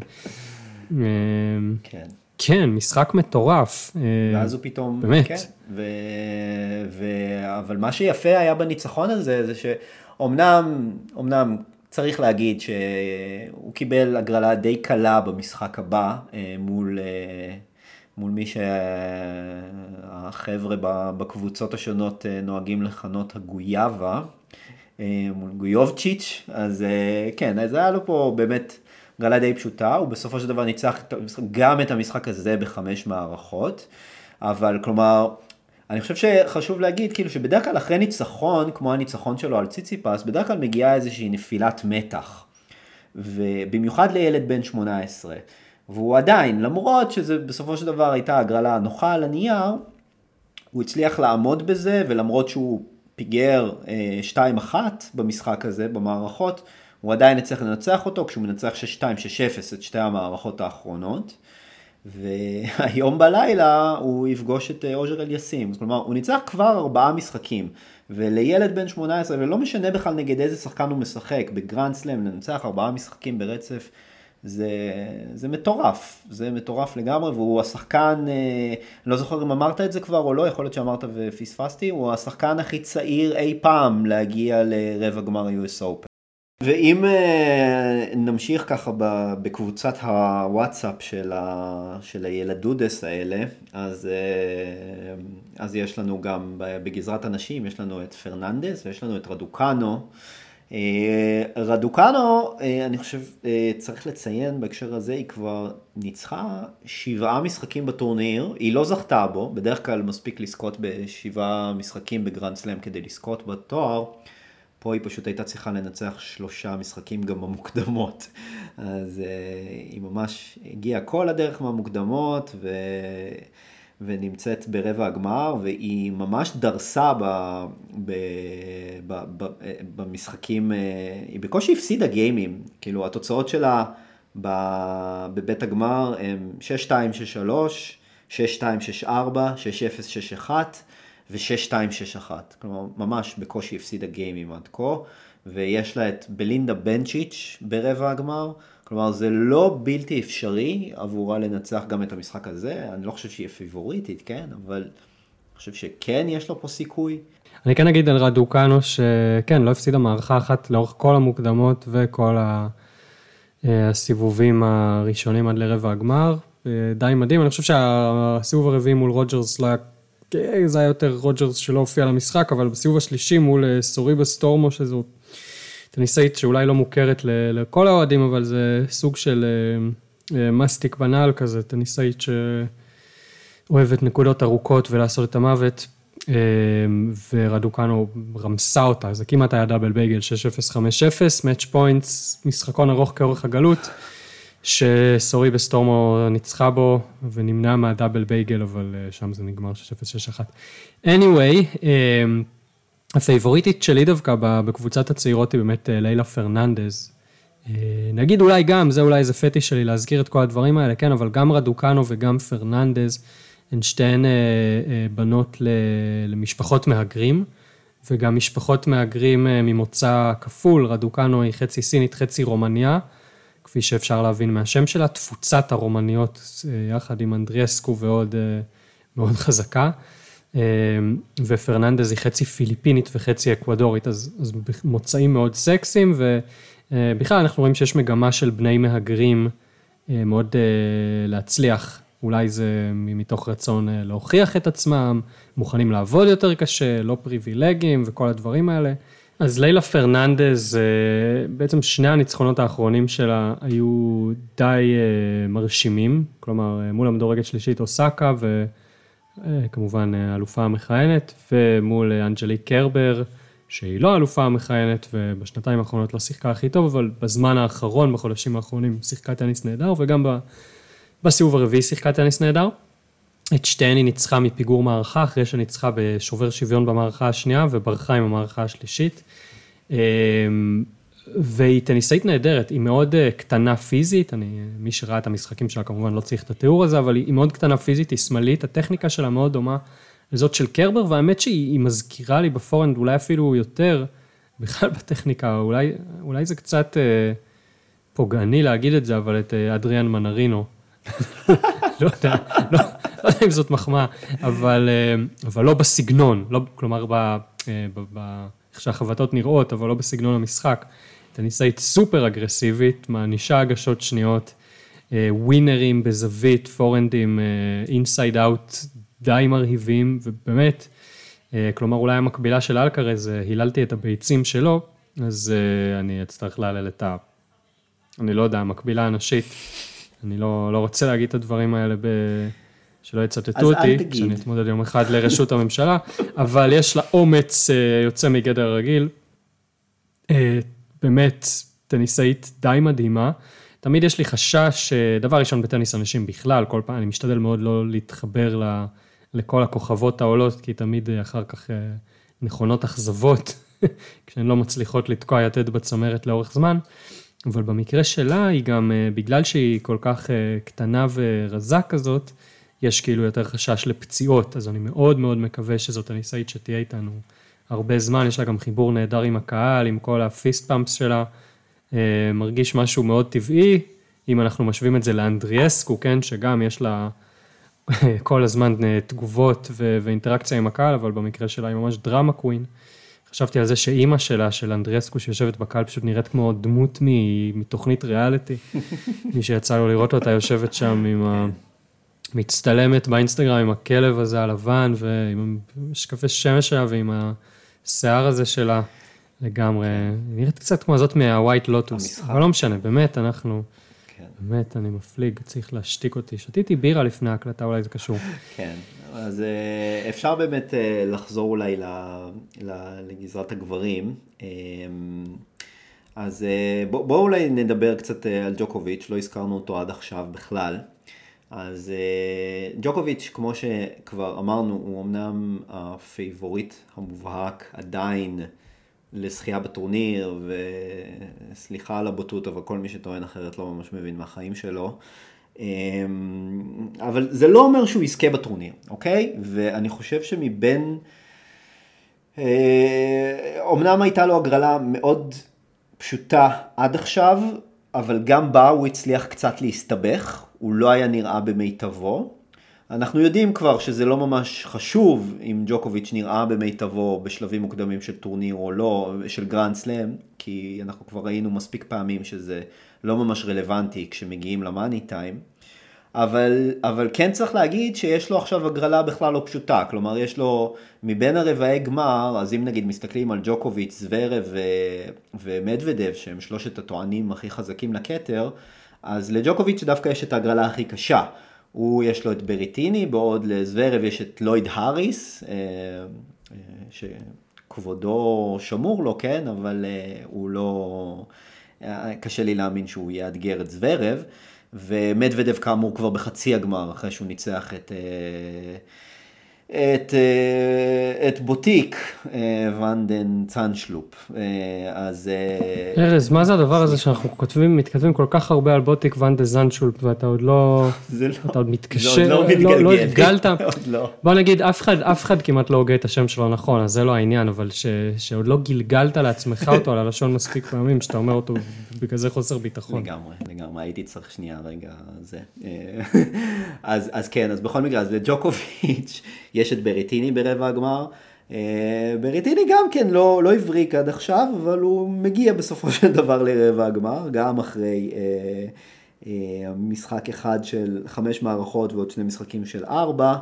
כן. כן, משחק מטורף. ואז הוא פתאום, באמת. כן, ו... ו... אבל מה שיפה היה בניצחון הזה, זה שאומנם, אומנם צריך להגיד שהוא קיבל הגרלה די קלה במשחק הבא, מול, מול מי שהחבר'ה בקבוצות השונות נוהגים לכנות הגויאבה, מול גויובצ'יץ', אז כן, אז היה לו פה באמת, גרלה די פשוטה, הוא בסופו של דבר ניצח גם את המשחק הזה בחמש מערכות, אבל כלומר, אני חושב שחשוב להגיד, כאילו שבדרך כלל אחרי ניצחון, כמו הניצחון שלו על ציציפס, בדרך כלל מגיעה איזושהי נפילת מתח, ובמיוחד לילד בן שמונה עשרה, והוא עדיין, למרות שזה בסופו של דבר הייתה הגרלה נוחה על הנייר, הוא הצליח לעמוד בזה, ולמרות שהוא פיגר שתיים אחת במשחק הזה, במערכות, הוא עדיין יצטרך לנצח אותו, כשהוא מנצח שש שתיים, שש אפס את שתי המערכות האחרונות, והיום בלילה הוא יפגוש את אוז'ר אליאסים, כלומר הוא ניצח כבר ארבעה משחקים, ולילד בן שמונה עשרה, ולא משנה בכלל נגד איזה שחקן הוא משחק, בגרנד סלאם לנצח ארבעה משחקים ברצף, זה, זה מטורף, זה מטורף לגמרי, והוא השחקן, אני לא זוכר אם אמרת את זה כבר או לא, יכול להיות שאמרת ופספסתי, הוא השחקן הכי צעיר אי פעם להגיע לרבע גמר יו אס Open. ואם נמשיך ככה בקבוצת הוואטסאפ של, ה, של הילדודס האלה, אז, אז יש לנו גם בגזרת הנשים, יש לנו את פרננדס ויש לנו את רדוקנו. רדוקנו, אני חושב, צריך לציין בהקשר הזה, היא כבר ניצחה שבעה משחקים בטורניר, היא לא זכתה בו, בדרך כלל מספיק לזכות בשבעה משחקים בגרנד סלאם כדי לזכות בתואר, פה היא פשוט הייתה צריכה לנצח שלושה משחקים גם במוקדמות, אז היא ממש הגיעה כל הדרך מהמוקדמות ו... ונמצאת ברבע הגמר, והיא ממש דרסה ב... ב... ב... ב... במשחקים, היא בקושי הפסידה גיימים, כאילו התוצאות שלה ב... בבית הגמר הם שש שתיים שש שלוש, שש שתיים שש ארבע, שש אפס שש אחת, ו-שש שתיים שש אחת, כלומר ממש בקושי הפסידה גיימים עד כה, ויש לה את בלינדה בנצ'יץ' ברבע הגמר, כלומר זה לא בלתי אפשרי עבורה לנצח גם את המשחק הזה, אני לא חושב שהיא פיבוריטית, כן, אבל אני חושב שכן יש לו פה סיכוי. אני כן אגיד על רדוקנו שכן, לא הפסידה מערכה אחת לאורך כל המוקדמות וכל הסיבובים הראשונים עד לרבע הגמר, די מדהים, אני חושב שהסיבוב הרביעי מול רוג'רס לא היה, זה היה יותר רוג'רס שלא הופיע למשחק, אבל בסיבוב השלישי מול סוריבה סטורמו, שזו טניסאית שאולי לא מוכרת לכל האוהדים, אבל זה סוג של מסטיק בנאל כזה, טניסאית שאוהבת נקודות ארוכות ולעשות את המוות, ורדוקנו רמסה אותה, זה כמעט היה דאבל בייגל, שש אפס חמש אפס, מאץ' פוינטס, משחקון ארוך כאורך הגלות, שסוריבה סטורמו ניצחה בו, ונמנע מהדאבל בייגל, אבל שם זה נגמר שש אפס שש אחת. anyway, הפייבוריטית שלי דווקא בקבוצת הצעירות היא באמת לילה פרננדז. נגיד אולי גם, זה אולי איזה פטיש שלי להזכיר את כל הדברים האלה, כן, אבל גם רדוקנו וגם פרננדז, הן שתיהן בנות למשפחות מהגרים, וגם משפחות מהגרים ממוצא כפול, רדוקנו היא חצי סינית, חצי רומניה, כפי שאפשר להבין מהשם שלה, תפוצת הרומניות יחד עם אנדריאסקו ועוד מאוד חזקה, ופרננדז היא חצי פיליפינית וחצי אקוודורית, אז, אז מוצאים מאוד סקסיים, ובכלל אנחנו רואים שיש מגמה של בני מהגרים מאוד להצליח, אולי זה מתוך רצון להוכיח את עצמם, מוכנים לעבוד יותר קשה, לא פריבילגיים וכל הדברים האלה. אז לילה פרננדז, בעצם שני הניצחונות האחרונים שלה היו די מרשימים, כלומר מול המדורגת שלישית אוסקה, וכמובן האלופה המכהנת, ומול אנג'ליק קרבר, שהיא לא האלופה המכהנת, ובשנתיים האחרונות לא שיחקה הכי טוב, אבל בזמן האחרון, בחודשים האחרונים, שיחקה טניס נהדר, וגם בסיבוב הרביעי שיחקה טניס נהדר. את שתיהן היא ניצחה מפיגור מערכה, אחרי שניצחה בשובר שוויון במערכה השנייה, וברחה עם המערכה השלישית. והיא טניסאית נהדרת, היא מאוד קטנה פיזית, אני, מי שראה את המשחקים שלה כמובן לא צריך את התיאור הזה, אבל היא מאוד קטנה פיזית, היא שמאלית, הטכניקה שלה מאוד דומה לזאת של קרבר, והאמת שהיא מזכירה לי בפורנד, אולי אפילו יותר, בכלל בטכניקה, אולי, אולי זה קצת פוגעני להגיד את זה, אבל את אדריאן מנרינו, לא יודע, לא, לא יודע אם זאת מחמאה, אבל, אבל לא בסגנון, לא, כלומר, ב, ב, ב, איך שהחבטות נראות, אבל לא בסגנון המשחק. טניסאית סופר אגרסיבית, מענישה הגשות שניות, ווינרים בזווית, פורנדים, אינסייד אאוט, די מרהיבים, ובאמת, כלומר, אולי המקבילה של אלקרז, היללתי את הביצים שלו, אז אני אצטרך להלל את ה... אני לא יודע, המקבילה הנשית, אני לא, לא רוצה להגיד את הדברים האלה ב... שלא יצטטו אותי, שאני אתמודד יום אחד לרשות הממשלה, אבל יש לה אומץ יוצא מגדר הרגיל, באמת טניסאית די מדהימה, תמיד יש לי חשש, דבר ראשון בטניס אנשים בכלל, כל פעם אני משתדל מאוד לא להתחבר ל, לכל הכוכבות העולות, כי תמיד אחר כך נכונות אכזבות, כשהן לא מצליחות לתקוע יתד בצמרת לאורך זמן, אבל במקרה שלה היא גם, בגלל שהיא כל כך קטנה ורזה כזאת, יש כאילו יותר חשש לפציעות, אז אני מאוד מאוד מקווה שזאת הניסאית שתהיה איתנו הרבה זמן, יש לה גם חיבור נהדר עם הקהל, עם כל הפיסט פאמפס שלה, מרגיש משהו מאוד טבעי, אם אנחנו משווים את זה לאנדריאסקו, כן, שגם יש לה כל הזמן תגובות ואינטראקציה עם הקהל, אבל במקרה שלה היא ממש דרמה קווין. חשבתי על זה שאימא שלה, של אנדריאסקו, שיושבת בקהל, פשוט נראית כמו דמות מתוכנית ריאליטי, מי שיצא לו לראות אותה, יושבת שם עם ה... מצטלמת באינסטגרם עם הכלב הזה הלבן, ועם משקפי שמש שלה, ועם השיער הזה שלה, לגמרי, נראית קצת כמו הזאת מהווייט לוטוס, אבל לא משנה, באמת, אנחנו, באמת, אני מפליג, צריך להשתיק אותי, שתיתי בירה לפני ההקלטה, אולי זה קשור. כן, אז אפשר באמת לחזור אולי לגזרת הגברים, אז בואו אולי נדבר קצת על ג'וקוביץ', לא הזכרנו אותו עד עכשיו בכלל. אז ג'וקוביץ', כמו שכבר אמרנו, הוא אמנם הפייבוריט המובהק עדיין לשחייה בטורניר, וסליחה על הבוטות, אבל כל מי שטוען אחרת לא ממש מבין מהחיים שלו. אבל זה לא אומר שהוא יזכה בטורניר, אוקיי? ואני חושב שמבין, אמנם הייתה לו הגרלה מאוד פשוטה עד עכשיו, אבל גם בה הוא הצליח קצת להסתבך, הוא לא היה נראה במיטבו. אנחנו יודעים כבר שזה לא ממש חשוב אם ג'וקוביץ' נראה במיטבו בשלבים מוקדמים של טורניר או לא, של גרנד סלאם, כי אנחנו כבר ראינו מספיק פעמים שזה לא ממש רלוונטי כשמגיעים למאני טיים. אבל, אבל כן צריך להגיד שיש לו עכשיו הגרלה בכלל לא פשוטה, כלומר יש לו מבין הרבעי גמר, אז אם נגיד מסתכלים על ג'וקוביץ', זוורב ו... ומדוודב, שהם שלושת הטוענים הכי חזקים לכתר, אז לג'וקוביץ' דווקא יש את ההגרלה הכי קשה. הוא יש לו את בריטיני, בעוד לזוורב יש את לויד האריס, שכבודו שמור לו, כן, אבל הוא לא, קשה לי להאמין שהוא יאתגר את זוורב, ומדוודב כאמור כבר בחצי הגמר, אחרי שהוא ניצח את, את, את בוטיק, ונדן צאנשלופ. אז... ארז, מה זה הדבר הזה שאנחנו כותבים, מתכתבים כל כך הרבה על בוטיק ונדן צאנשלופ, ואתה עוד לא... זה לא... אתה עוד מתקשר, לא מתגלגל. לא התגלת. לא. בוא נגיד, אף אחד, אף אחד כמעט לא הוגה את השם שלו נכון, אז זה לא העניין, אבל ש, שעוד לא גלגלת לעצמך אותו על הלשון מספיק פעמים, שאתה אומר אותו בכזה חוסר ביטחון. לגמרי, לגמרי, הייתי צריך שנייה רגע זה. אז, אז כן, אז בכל מקרה, אז לג'וקוביץ' יש את בריטיני ברבע הגמר, בריטיני גם כן לא, לא הבריק עד עכשיו, אבל הוא מגיע בסופו של דבר לרבע הגמר, גם אחרי משחק אחד של חמש מערכות ועוד שני משחקים של ארבע,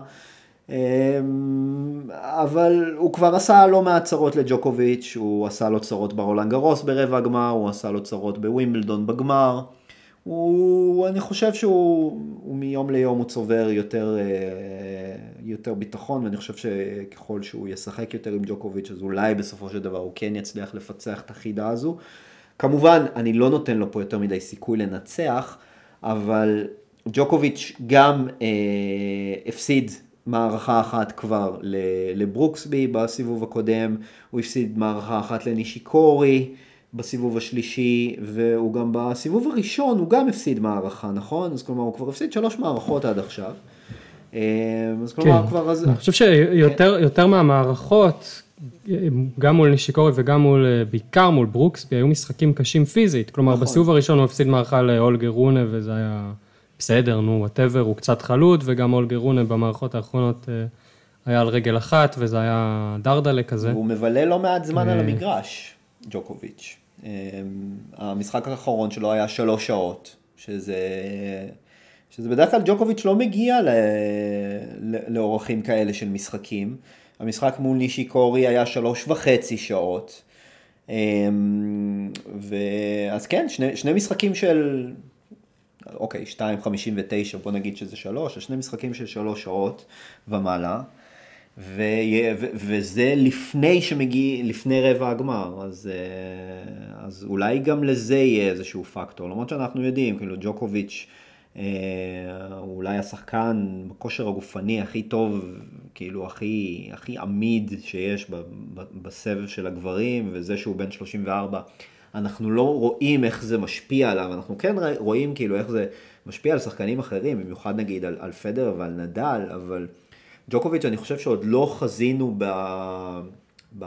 אבל הוא כבר עשה לא מעט צרות לג'וקוביץ', הוא עשה לו צרות ברולנד גרוס ברבע הגמר, הוא עשה לו צרות בווימבלדון בגמר, הוא, אני חושב שהוא הוא מיום ליום הוא צובר יותר, יותר ביטחון, ואני חושב שככל שהוא ישחק יותר עם ג'וקוביץ', אז אולי בסופו של דבר הוא כן יצליח לפצח את החידה הזו. כמובן, אני לא נותן לו פה יותר מדי סיכוי לנצח, אבל ג'וקוביץ' גם אה, הפסיד מערכה אחת כבר לברוקסבי בסיבוב הקודם, הוא הפסיד מערכה אחת לנישיקורי בסיבוב השלישי, והוא גם בסיבוב הראשון, הוא גם הפסיד מערכה, נכון? אז כלומר, הוא כבר הפסיד שלוש מערכות עד עכשיו. אז כלומר, כן. כבר... אז... אני חושב שיותר כן. יותר מהמערכות, גם מול נישיקורי וגם מול, בעיקר מול ברוקסבי, היו משחקים קשים פיזית. כלומר, נכון. בסיבוב הראשון הוא הפסיד מערכה לאולגר רונה, וזה היה בסדר, נו, whatever, הוא קצת חלוד, וגם אולגר רונה במערכות האחרונות היה על רגל אחת, וזה היה דרדלה כזה. הוא מבלה לא מעט זמן על המגרש, ג'וקוביץ'. המשחק האחרון שלו היה שלוש שעות, שזה, שזה בדרך כלל ג'וקוביץ' לא מגיע ל, לאורחים כאלה של משחקים. המשחק מול נישיקורי היה שלוש וחצי שעות. ואז כן, שני, שני משחקים של, אוקיי, שתיים חמישים ותשע, בוא נגיד שזה שלוש, שני משחקים של שלוש שעות ומעלה. ו... ו... וזה לפני שמגיע, לפני רבע הגמר, אז, אז אולי גם לזה יהיה איזשהו פקטור, למרות שאנחנו יודעים, כאילו ג'וקוביץ' הוא אולי השחקן בכושר הגופני הכי טוב, כאילו הכי, הכי עמיד שיש בסבב של הגברים, וזה שהוא בן שלושים וארבע, אנחנו לא רואים איך זה משפיע עליו, אנחנו כן רואים כאילו איך זה משפיע על שחקנים אחרים, במיוחד נגיד על, על פדר ועל נדל, אבל ג'וקוביץ' אני חושב שעוד לא חזינו ב... ב...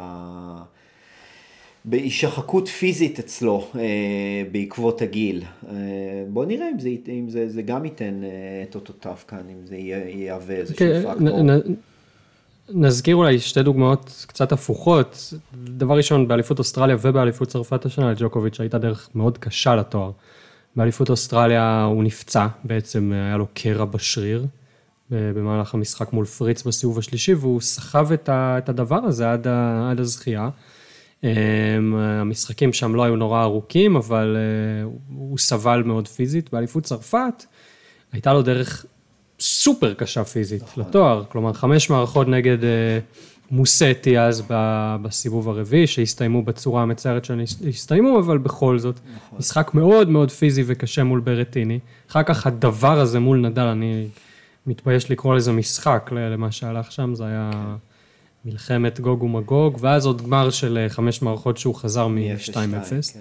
בהישחקות פיזית אצלו אה, בעקבות הגיל. אה, בוא נראה אם זה, אם זה, זה גם ייתן אה, את אותותיו כאן, אם זה יהווה איזשהו okay, פקטור. נ, נ, נזכיר אולי שתי דוגמאות קצת הפוכות. דבר ראשון, באליפות אוסטרליה ובאליפות צרפת השנה, לג'וקוביץ' הייתה דרך מאוד קשה לתואר. באליפות אוסטרליה הוא נפצע, בעצם היה לו קרע בשריר, במהלך המשחק מול פריץ בסיבוב השלישי, והוא סחב את, ה, את הדבר הזה עד, ה, עד הזכייה. המשחקים שם לא היו נורא ארוכים, אבל הוא סבל מאוד פיזית. באליפות צרפת הייתה לו דרך סופר קשה פיזית לתואר, כלומר חמש מערכות נגד מוסטי אז בסיבוב הרביעי, שהסתיימו בצורה המצערת שהסתיימו, אבל בכל זאת משחק מאוד מאוד פיזי וקשה מול ברטיני. אחר כך הדבר הזה מול נדל, אני מתבייש לקרוא לזה משחק למה שהלך שם, זה היה מלחמת גוג ומגוג, ואז עוד גמר של חמש מערכות שהוא חזר מ-שתיים אפס.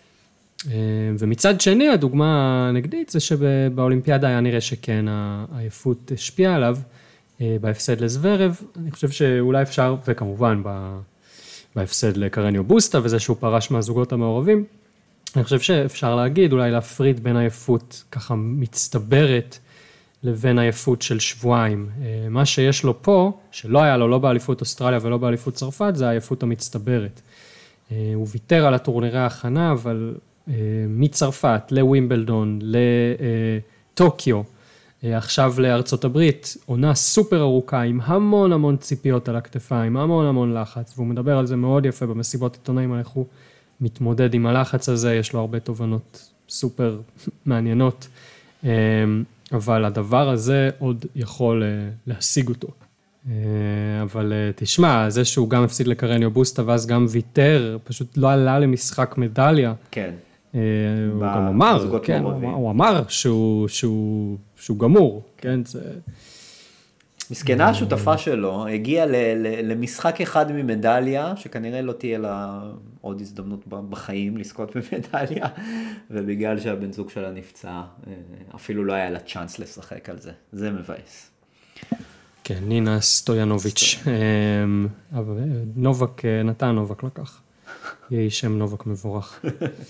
ומצד שני, הדוגמה הנגדית זה שבאולימפיאדה היה נראה שכן, העייפות השפיעה עליו, בהפסד לזוורב. אני חושב שאולי אפשר, וכמובן בהפסד לקרניו בוסטה, וזה שהוא פרש מהזוגות המעורבים, אני חושב שאפשר להגיד, אולי להפריד בין עייפות ככה מצטברת, לבין עייפות של שבועיים. מה שיש לו פה, שלא היה לו לא באליפות אוסטרליה ולא באליפות צרפת, זה העייפות המצטברת. הוא ויתר על הטורנירי ההכנה, אבל מצרפת לווימבלדון, לטוקיו, עכשיו לארצות הברית, עונה סופר ארוכה, עם המון המון ציפיות על הכתפיים, המון המון לחץ, והוא מדבר על זה מאוד יפה במסיבות עיתונאים, על איך הוא מתמודד עם הלחץ הזה, יש לו הרבה תובנות סופר מעניינות, אבל הדבר הזה עוד יכול להשיג אותו. אבל תשמע, זה שהוא גם הפסיד לקרניו בוסטה, ואז גם ויתר, פשוט לא עלה למשחק מדליה. כן. הוא גם אמר, כן, הוא אמר שהוא, שהוא, שהוא גמור, כן, זה... מסכנה השותפה שלו, הגיעה למשחק אחד ממדליה, שכנראה לא תהיה לה עוד הזדמנות בחיים לזכות במדליה, ובגלל שהבן זוג שלה נפצע, אפילו לא היה לה צ'אנס לשחק על זה. זה מבאס. כן, נינה סטויאנוביץ', אבל נובק, נתן נובק לקח. יהי שם נובק מבורך.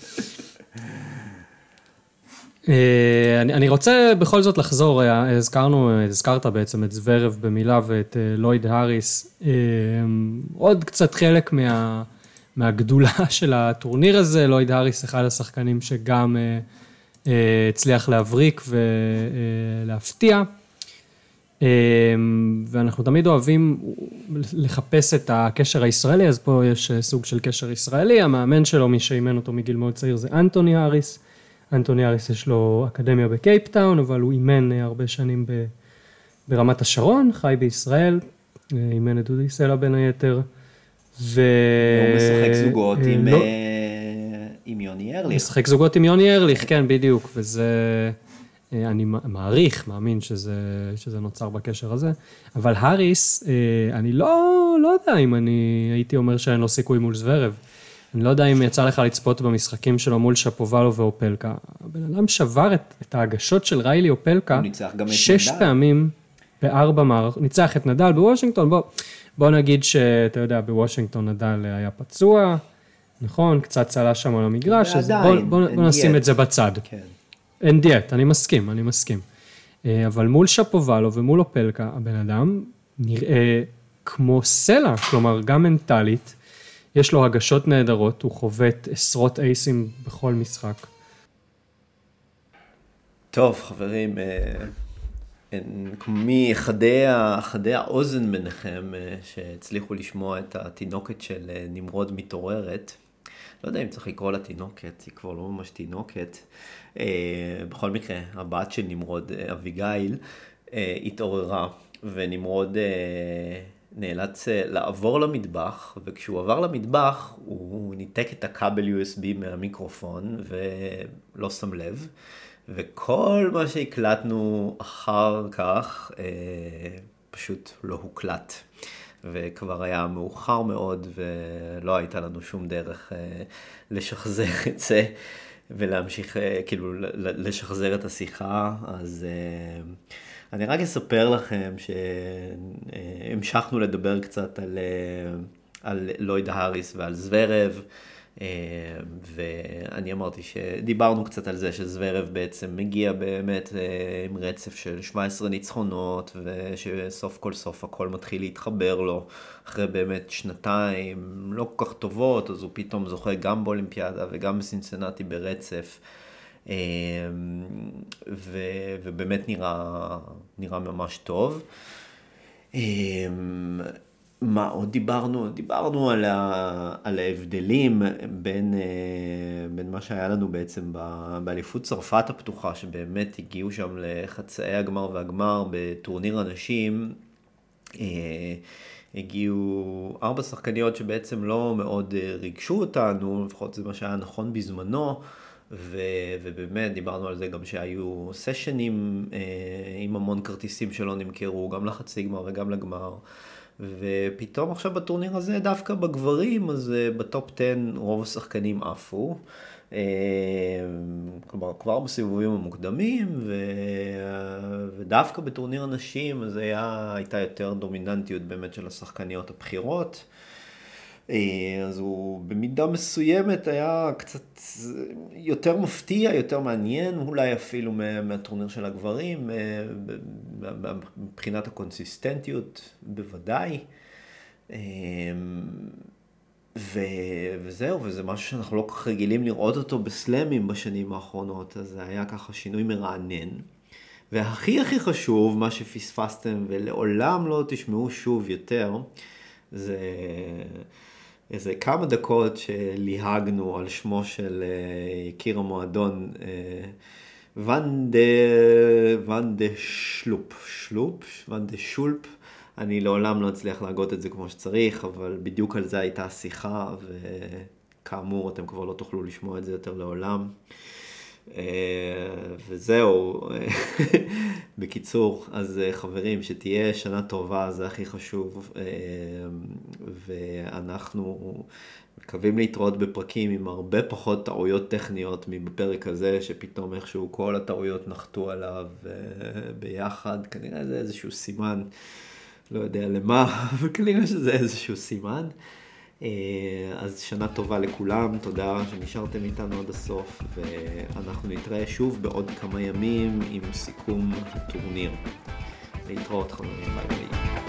אני רוצה בכל זאת לחזור, הזכרנו, הזכרת בעצם את זוורב במילה ואת לויד האריס, עוד קצת חלק מה, מהגדולה של הטורניר הזה, לויד האריס אחד השחקנים שגם הצליח להבריק ולהפתיע, ואנחנו תמיד אוהבים לחפש את הקשר הישראלי, אז פה יש סוג של קשר ישראלי, המאמן שלו, מי שאימן אותו מגיל מאוד צעיר, זה אנטוני האריס, אנטוני האריס יש לו אקדמיה בקייפטאון, אבל הוא אימן הרבה שנים ברמת השרון, חי בישראל, אימן את דודי סלע בין היתר. ו... הוא משחק זוגות עם, לא... עם יוני ארליך. משחק זוגות עם יוני ארליך, כן, בדיוק, וזה... אני מעריך, מאמין שזה, שזה נוצר בקשר הזה, אבל האריס, אני לא, לא יודע אם אני הייתי אומר שאין לו סיכוי מול זוורב. אני לא יודע אם יצא לך לצפות במשחקים שלו מול שפובלו ואופלקה. הבן אדם שבר את, את ההגשות של ריילי אופלקה, שש פעמים בארבע מערכות, ניצח את נדל בוושינגטון, בוא, בוא נגיד שאתה יודע, בוושינגטון נדל היה פצוע, נכון, קצת צלה שם על המגרש, אז בוא, בוא, בוא נשים את זה בצד. כן. אין דיאט, אני מסכים, אני מסכים. אבל מול שפובלו ומול אופלקה, הבן אדם נראה כמו סלע, כלומר גם מנטלית, יש לו הגשות נהדרות, הוא חובט עשרות אייסים בכל משחק. טוב, חברים, מי חדי האוזן ביניכם שהצליחו לשמוע את התינוקת של נמרוד מתעוררת, לא יודע אם צריך לקרוא לה תינוקת, היא כבר לא ממש תינוקת. בכל מקרה, הבת של נמרוד, אביגיל, התעוררה, ונמרוד נאלץ לעבור למטבח, וכשהוא עבר למטבח, הוא ניתק את הכבל יו אס בי מהמיקרופון, ולא שם לב, וכל מה שהקלטנו אחר כך פשוט לא הוקלט. וכבר היה מאוחר מאוד ולא הייתה לנו שום דרך לשחזר את זה ולהמשיך, כאילו, לשחזר את השיחה. אז אני רק אספר לכם שהמשכנו לדבר קצת על, על לויד האריס ועל זוורב, ואני אמרתי שדיברנו קצת על זה שזוורב בעצם מגיע באמת עם רצף של שבע עשרה ניצחונות, ושסוף כל סוף הכל מתחיל להתחבר לו אחרי באמת שנתיים לא כל כך טובות, אז הוא פתאום זוכה גם באולימפיאדה וגם בסינסנטי ברצף, ו, ובאמת נראה, נראה ממש טוב. מה עוד דיברנו? דיברנו על, ה, על ההבדלים בין, בין מה שהיה לנו בעצם באליפות צרפת הפתוחה, שבאמת הגיעו שם לחצאי הגמר והגמר בטורניר הנשים. הגיעו ארבע שחקניות שבעצם לא מאוד ריגשו אותנו, לפחות זה מה שהיה נכון בזמנו, ו, ובאמת דיברנו על זה גם שהיו סשנים עם המון כרטיסים שלא נמכרו, גם לחצי גמר וגם לגמר. ופתאום עכשיו בטורניר הזה, דווקא בגברים, אז בטופ עשר רוב השחקנים עפו. כלומר, כבר בסיבובים המוקדמים, ו... ודווקא בטורניר הנשים, אז היה, הייתה יותר דומיננטיות באמת של השחקניות הבחירות. אז הוא במידה מסוימת היה קצת יותר מפתיע, יותר מעניין, אולי אפילו מהטורניר של הגברים, מבחינת הקונסיסטנטיות בוודאי. ו... וזהו, וזה משהו שאנחנו לא כך רגילים לראות אותו בסלמים בשנים האחרונות, אז זה היה ככה שינוי מרענן. והכי הכי חשוב, מה שפספסתם ולעולם לא תשמעו שוב יותר, זה איזה כמה דקות שליהגנו על שמו של יקיר המועדון, ואן דה, ואן דה שלופ, שלופ, ואן דה שולפ. אני לעולם לא אצליח להגות את זה כמו שצריך, אבל בדיוק על זה הייתה השיחה, וכאמור אתם כבר לא תוכלו לשמוע את זה יותר לעולם. וזהו, בקיצור, אז חברים, שתהיה שנה טובה, זה הכי חשוב, ואנחנו מקווים להתראות בפרקים עם הרבה פחות טעויות טכניות מבפרק הזה, שפתאום איכשהו כל הטעויות נחתו עליו ביחד, כנראה זה איזשהו סימן, לא יודע למה, אבל כנראה שזה איזשהו סימן. אז שנה טובה לכולם, תודה שנשארתם איתנו עד הסוף, ואנחנו נתראה שוב בעוד כמה ימים עם סיכום הטורניר. להתראות חברים, ביי ביי.